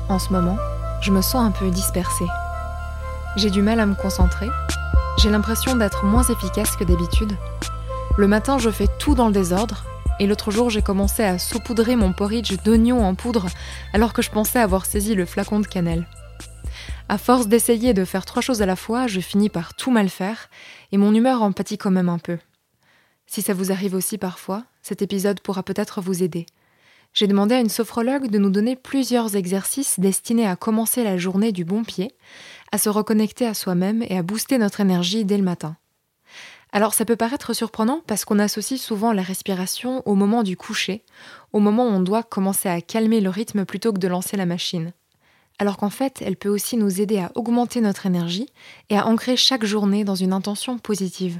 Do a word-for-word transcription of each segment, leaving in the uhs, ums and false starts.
En ce moment, je me sens un peu dispersée. J'ai du mal à me concentrer. J'ai l'impression d'être moins efficace que d'habitude. Le matin, je fais tout dans le désordre. Et l'autre jour, j'ai commencé à saupoudrer mon porridge d'oignons en poudre alors que je pensais avoir saisi le flacon de cannelle. À force d'essayer de faire trois choses à la fois, je finis par tout mal faire et mon humeur en pâtit quand même un peu. Si ça vous arrive aussi parfois, cet épisode pourra peut-être vous aider. J'ai demandé à une sophrologue de nous donner plusieurs exercices destinés à commencer la journée du bon pied, à se reconnecter à soi-même et à booster notre énergie dès le matin. Alors ça peut paraître surprenant parce qu'on associe souvent la respiration au moment du coucher, au moment où on doit commencer à calmer le rythme plutôt que de lancer la machine. Alors qu'en fait, elle peut aussi nous aider à augmenter notre énergie et à ancrer chaque journée dans une intention positive.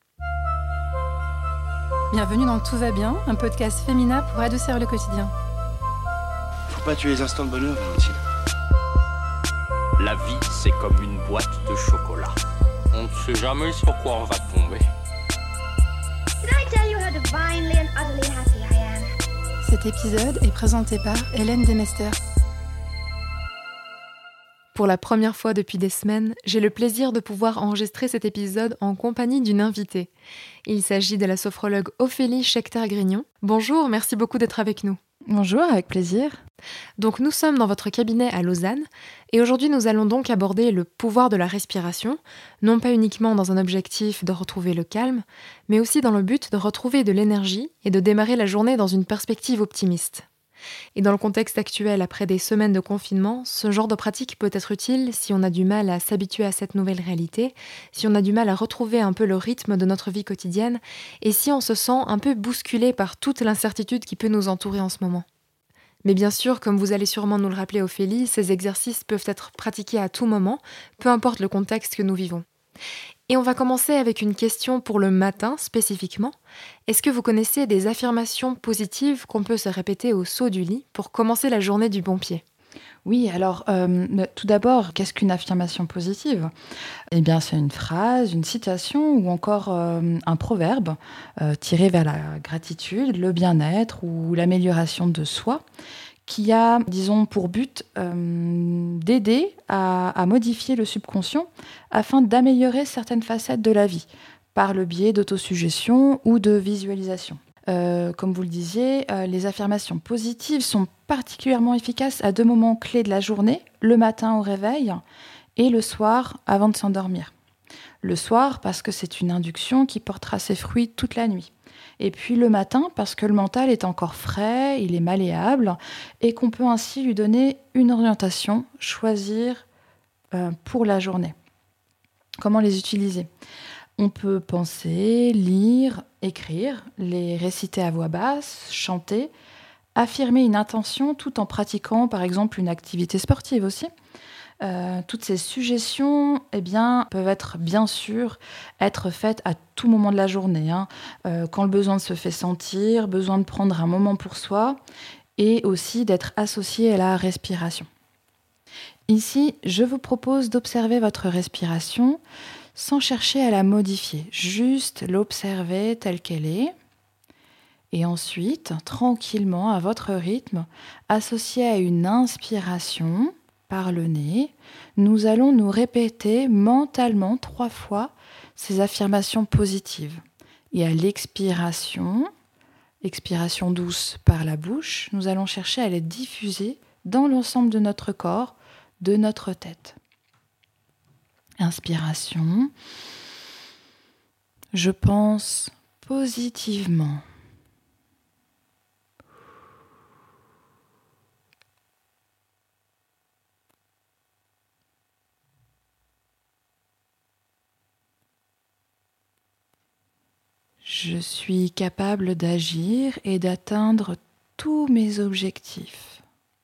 Bienvenue dans Tout va bien, un podcast féminin pour adoucir le quotidien. Faut pas tuer les instants de bonheur, Valentine. La vie, c'est comme une boîte de chocolat. On ne sait jamais sur quoi on va tomber. Did I tell you how divinely and utterly happy I am? Cet épisode est présenté par Hélène Demester. Pour la première fois depuis des semaines, j'ai le plaisir de pouvoir enregistrer cet épisode en compagnie d'une invitée. Il s'agit de la sophrologue Ophélie Schechter-Grignon. Bonjour, merci beaucoup d'être avec nous. Bonjour, avec plaisir. Donc nous sommes dans votre cabinet à Lausanne et aujourd'hui nous allons donc aborder le pouvoir de la respiration, non pas uniquement dans un objectif de retrouver le calme, mais aussi dans le but de retrouver de l'énergie et de démarrer la journée dans une perspective optimiste. Et dans le contexte actuel, après des semaines de confinement, ce genre de pratique peut être utile si on a du mal à s'habituer à cette nouvelle réalité, si on a du mal à retrouver un peu le rythme de notre vie quotidienne, et si on se sent un peu bousculé par toute l'incertitude qui peut nous entourer en ce moment. Mais bien sûr, comme vous allez sûrement nous le rappeler Ophélie, ces exercices peuvent être pratiqués à tout moment, peu importe le contexte que nous vivons. Et on va commencer avec une question pour le matin spécifiquement. Est-ce que vous connaissez des affirmations positives qu'on peut se répéter au saut du lit pour commencer la journée du bon pied ? Oui, alors euh, tout d'abord, qu'est-ce qu'une affirmation positive ? Eh bien, c'est une phrase, une citation ou encore euh, un proverbe euh, tiré vers la gratitude, le bien-être ou l'amélioration de soi, qui a, disons, pour but euh, d'aider à, à modifier le subconscient afin d'améliorer certaines facettes de la vie, par le biais d'autosuggestion ou de visualisation. Euh, comme vous le disiez, euh, les affirmations positives sont particulièrement efficaces à deux moments clés de la journée, le matin au réveil et le soir avant de s'endormir. Le soir parce que c'est une induction qui portera ses fruits toute la nuit. Et puis le matin parce que le mental est encore frais, il est malléable et qu'on peut ainsi lui donner une orientation, choisir euh, pour la journée. Comment les utiliser ? On peut penser, lire, écrire, les réciter à voix basse, chanter, affirmer une intention tout en pratiquant par exemple une activité sportive aussi. Euh, toutes ces suggestions eh bien, peuvent être bien sûr être faites à tout moment de la journée, hein, euh, quand le besoin se fait sentir, besoin de prendre un moment pour soi et aussi d'être associé à la respiration. Ici, je vous propose d'observer votre respiration sans chercher à la modifier, juste l'observer telle qu'elle est. Et ensuite, tranquillement, à votre rythme, associé à une inspiration par le nez, nous allons nous répéter mentalement trois fois ces affirmations positives. Et à l'expiration, expiration douce par la bouche, nous allons chercher à les diffuser dans l'ensemble de notre corps, de notre tête. Inspiration. Je pense positivement. Je suis capable d'agir et d'atteindre tous mes objectifs.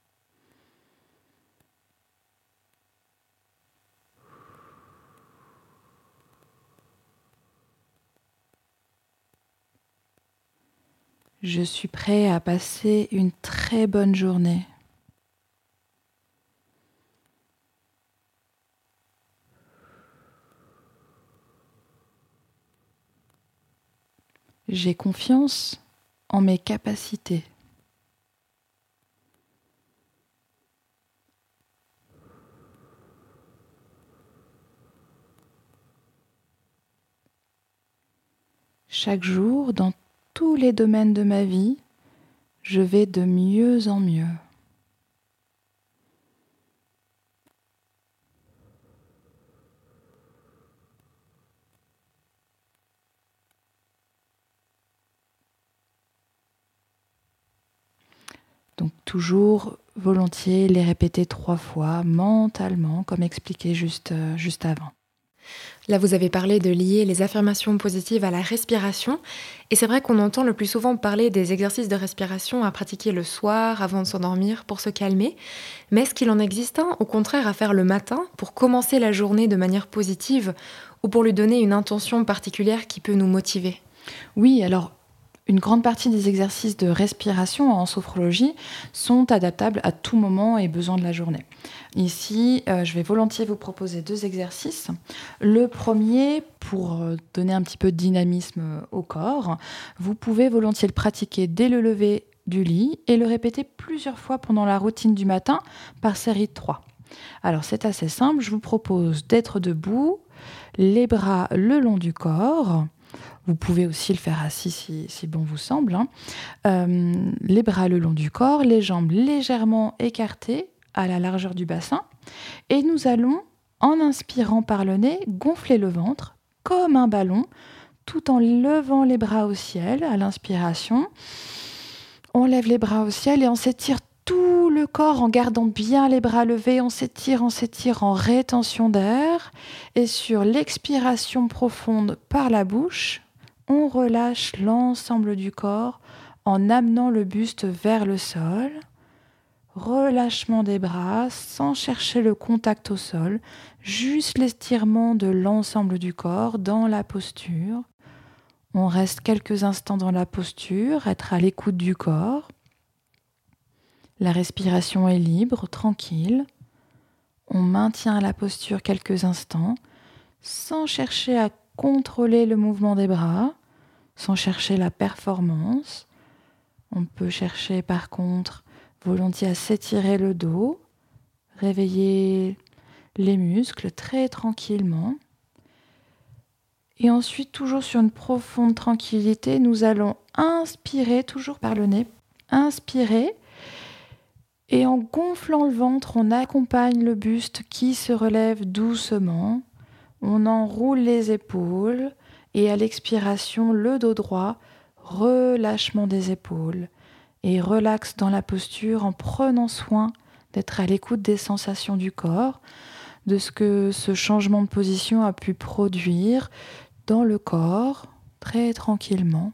Je suis prêt à passer une très bonne journée. J'ai confiance en mes capacités. Chaque jour, dans tous les domaines de ma vie, je vais de mieux en mieux. Donc toujours volontiers les répéter trois fois mentalement, comme expliqué juste, euh, juste avant. Là, vous avez parlé de lier les affirmations positives à la respiration. Et c'est vrai qu'on entend le plus souvent parler des exercices de respiration à pratiquer le soir avant de s'endormir pour se calmer. Mais est-ce qu'il en existe un, au contraire, à faire le matin pour commencer la journée de manière positive ou pour lui donner une intention particulière qui peut nous motiver ? Oui, alors une grande partie des exercices de respiration en sophrologie sont adaptables à tout moment et besoin de la journée. Ici, euh, je vais volontiers vous proposer deux exercices. Le premier, pour donner un petit peu de dynamisme au corps, vous pouvez volontiers le pratiquer dès le lever du lit et le répéter plusieurs fois pendant la routine du matin par série de trois. Alors c'est assez simple, je vous propose d'être debout, les bras le long du corps. Vous pouvez aussi le faire assis si, si bon vous semble. Hein. Euh, les bras le long du corps, les jambes légèrement écartées à la largeur du bassin. Et nous allons, en inspirant par le nez, gonfler le ventre comme un ballon, tout en levant les bras au ciel à l'inspiration. On lève les bras au ciel et on s'étire tout le corps en gardant bien les bras levés. On s'étire, on s'étire en rétention d'air. Et sur l'expiration profonde par la bouche, on relâche l'ensemble du corps en amenant le buste vers le sol. Relâchement des bras sans chercher le contact au sol, juste l'estirement de l'ensemble du corps dans la posture. On reste quelques instants dans la posture, être à l'écoute du corps. La respiration est libre, tranquille. On maintient la posture quelques instants sans chercher à contrôler le mouvement des bras, sans chercher la performance. On peut chercher par contre volontiers à s'étirer le dos, réveiller les muscles très tranquillement. Et ensuite, toujours sur une profonde tranquillité, nous allons inspirer, toujours par le nez, inspirer. Et en gonflant le ventre, on accompagne le buste qui se relève doucement. On enroule les épaules et à l'expiration, le dos droit, relâchement des épaules et relaxe dans la posture en prenant soin d'être à l'écoute des sensations du corps, de ce que ce changement de position a pu produire dans le corps, très tranquillement.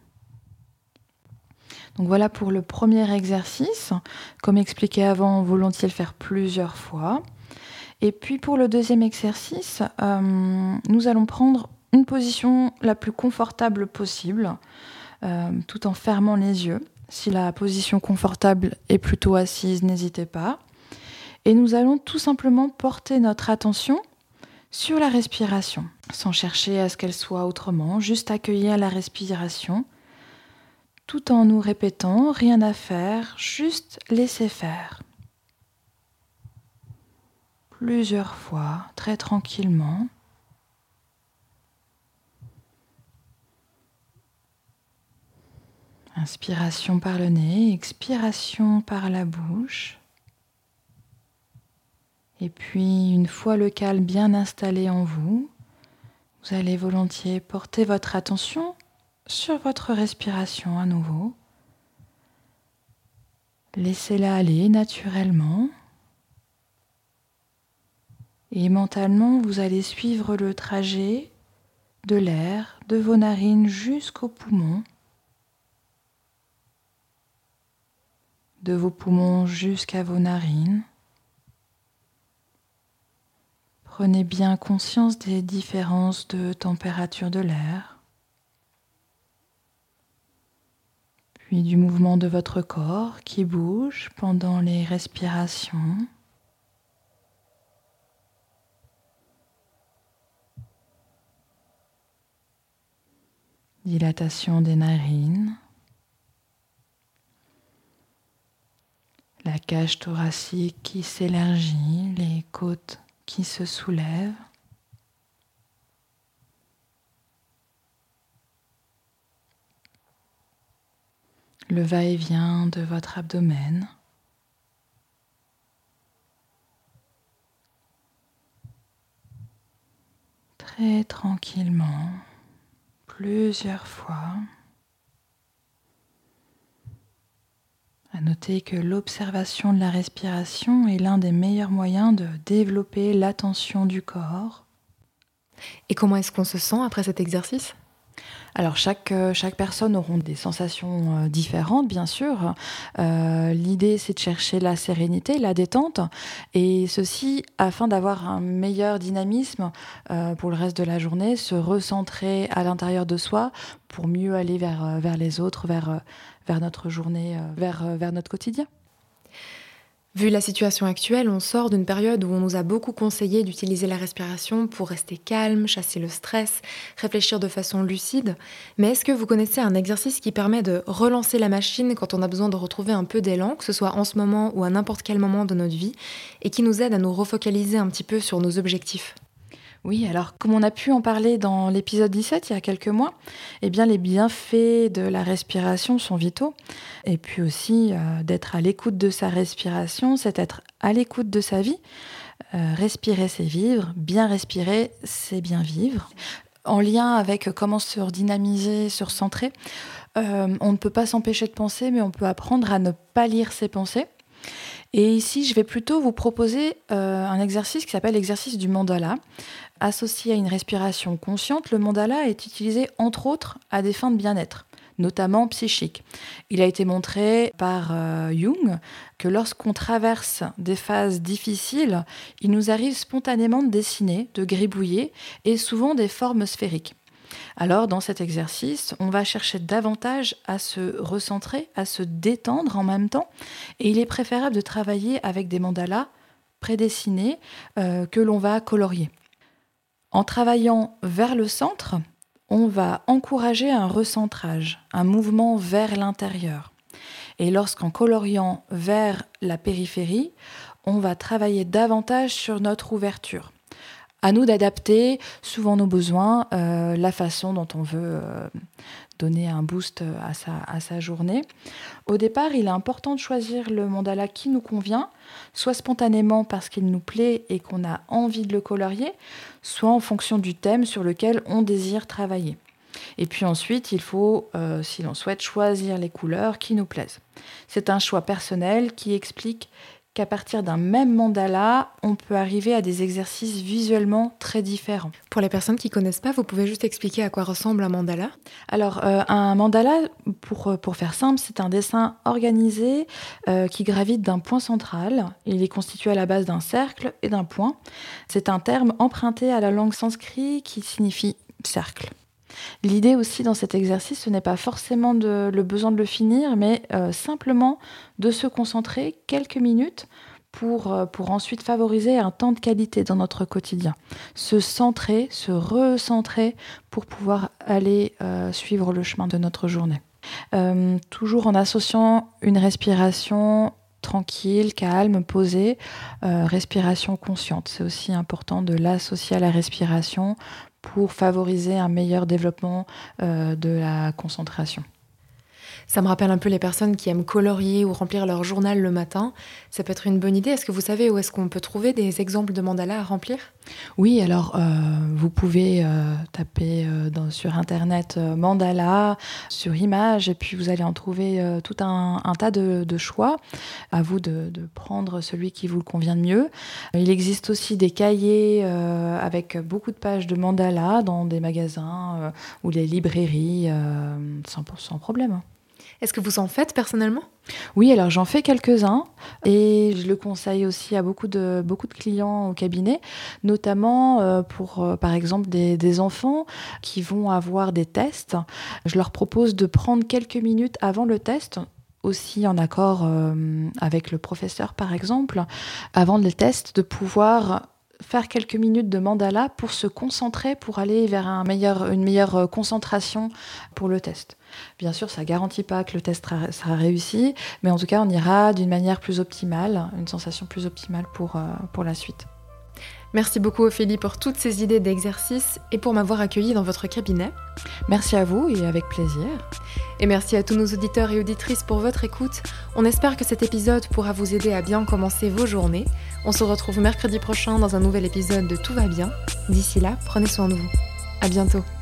Donc voilà pour le premier exercice. Comme expliqué avant, volontiers le faire plusieurs fois. Et puis pour le deuxième exercice, euh, nous allons prendre une position la plus confortable possible, euh, tout en fermant les yeux. Si la position confortable est plutôt assise, n'hésitez pas. Et nous allons tout simplement porter notre attention sur la respiration, sans chercher à ce qu'elle soit autrement, juste accueillir la respiration, tout en nous répétant, rien à faire, juste laisser faire. Plusieurs fois, très tranquillement. Inspiration par le nez, expiration par la bouche. Et puis, une fois le calme bien installé en vous, vous allez volontiers porter votre attention sur votre respiration à nouveau. Laissez-la aller naturellement. Et mentalement, vous allez suivre le trajet de l'air de vos narines jusqu'aux poumons, de vos poumons jusqu'à vos narines. Prenez bien conscience des différences de température de l'air, puis du mouvement de votre corps qui bouge pendant les respirations. Dilatation des narines, la cage thoracique qui s'élargit, les côtes qui se soulèvent. le va-et-vient de votre abdomen. Très tranquillement, plusieurs fois. À noter que l'observation de la respiration est l'un des meilleurs moyens de développer l'attention du corps. Et comment est-ce qu'on se sent après cet exercice ? Alors chaque, chaque personne aura des sensations différentes, bien sûr. Euh, l'idée, c'est de chercher la sérénité, la détente, et ceci afin d'avoir un meilleur dynamisme euh, pour le reste de la journée, se recentrer à l'intérieur de soi pour mieux aller vers, vers les autres, vers, vers notre journée, vers, vers notre quotidien. Vu la situation actuelle, on sort d'une période où on nous a beaucoup conseillé d'utiliser la respiration pour rester calme, chasser le stress, réfléchir de façon lucide. Mais est-ce que vous connaissez un exercice qui permet de relancer la machine quand on a besoin de retrouver un peu d'élan, que ce soit en ce moment ou à n'importe quel moment de notre vie, et qui nous aide à nous refocaliser un petit peu sur nos objectifs ? Oui, alors comme on a pu en parler dans l'épisode dix-sept, il y a quelques mois, eh bien, les bienfaits de la respiration sont vitaux. Et puis aussi, euh, d'être à l'écoute de sa respiration, c'est être à l'écoute de sa vie. Euh, respirer, c'est vivre. Bien respirer, c'est bien vivre. En lien avec comment se redynamiser, se recentrer, euh, on ne peut pas s'empêcher de penser, mais on peut apprendre à ne pas lire ses pensées. Et ici, je vais plutôt vous proposer euh, un exercice qui s'appelle l'exercice du mandala. Associé à une respiration consciente, le mandala est utilisé entre autres à des fins de bien-être, notamment psychique. Il a été montré par euh, Jung que lorsqu'on traverse des phases difficiles, il nous arrive spontanément de dessiner, de gribouiller, et souvent des formes sphériques. Alors, dans cet exercice, on va chercher davantage à se recentrer, à se détendre en même temps. Et il est préférable de travailler avec des mandalas prédessinés euh, que l'on va colorier. En travaillant vers le centre, on va encourager un recentrage, un mouvement vers l'intérieur. Et lorsqu'en coloriant vers la périphérie, on va travailler davantage sur notre ouverture. À nous d'adapter souvent nos besoins, euh, la façon dont on veut euh, donner un boost à sa, à sa journée. Au départ, il est important de choisir le mandala qui nous convient, soit spontanément parce qu'il nous plaît et qu'on a envie de le colorier, soit en fonction du thème sur lequel on désire travailler. Et puis ensuite, il faut, euh, si l'on souhaite, choisir les couleurs qui nous plaisent. C'est un choix personnel qui explique qu'à partir d'un même mandala, on peut arriver à des exercices visuellement très différents. Pour les personnes qui ne connaissent pas, vous pouvez juste expliquer à quoi ressemble un mandala ? Alors, euh, un mandala, pour, pour faire simple, c'est un dessin organisé euh, qui gravite d'un point central. Il est constitué à la base d'un cercle et d'un point. C'est un terme emprunté à la langue sanskrit qui signifie cercle. L'idée aussi dans cet exercice, ce n'est pas forcément de, le besoin de le finir, mais euh, simplement de se concentrer quelques minutes pour, euh, pour ensuite favoriser un temps de qualité dans notre quotidien. Se centrer, se recentrer pour pouvoir aller euh, suivre le chemin de notre journée. Euh, toujours en associant une respiration tranquille, calme, posée, euh, respiration consciente. C'est aussi important de l'associer à la respiration pour favoriser un meilleur développement euh, de la concentration. Ça me rappelle un peu les personnes qui aiment colorier ou remplir leur journal le matin. Ça peut être une bonne idée. Est-ce que vous savez où est-ce qu'on peut trouver des exemples de mandalas à remplir ? Oui, alors euh, vous pouvez euh, taper euh, dans, sur Internet euh, mandala, sur images, et puis vous allez en trouver euh, tout un, un tas de, de choix. À vous de, de prendre celui qui vous convient de mieux. Il existe aussi des cahiers euh, avec beaucoup de pages de mandala dans des magasins euh, ou les librairies, euh, sans, sans problème. Est-ce que vous en faites personnellement ? Oui, alors j'en fais quelques-uns et je le conseille aussi à beaucoup de, beaucoup de clients au cabinet, notamment euh, pour, euh, par exemple, des, des enfants qui vont avoir des tests. Je leur propose de prendre quelques minutes avant le test, aussi en accord euh, avec le professeur, par exemple, avant le test, de pouvoir faire quelques minutes de mandala pour se concentrer, pour aller vers un meilleur, une meilleure concentration pour le test. Bien sûr, ça ne garantit pas que le test sera réussi, mais en tout cas, on ira d'une manière plus optimale, une sensation plus optimale pour, euh, pour la suite. Merci beaucoup Ophélie pour toutes ces idées d'exercices et pour m'avoir accueillie dans votre cabinet. Merci à vous et avec plaisir. Et merci à tous nos auditeurs et auditrices pour votre écoute. On espère que cet épisode pourra vous aider à bien commencer vos journées. On se retrouve mercredi prochain dans un nouvel épisode de Tout va bien. D'ici là, prenez soin de vous. À bientôt.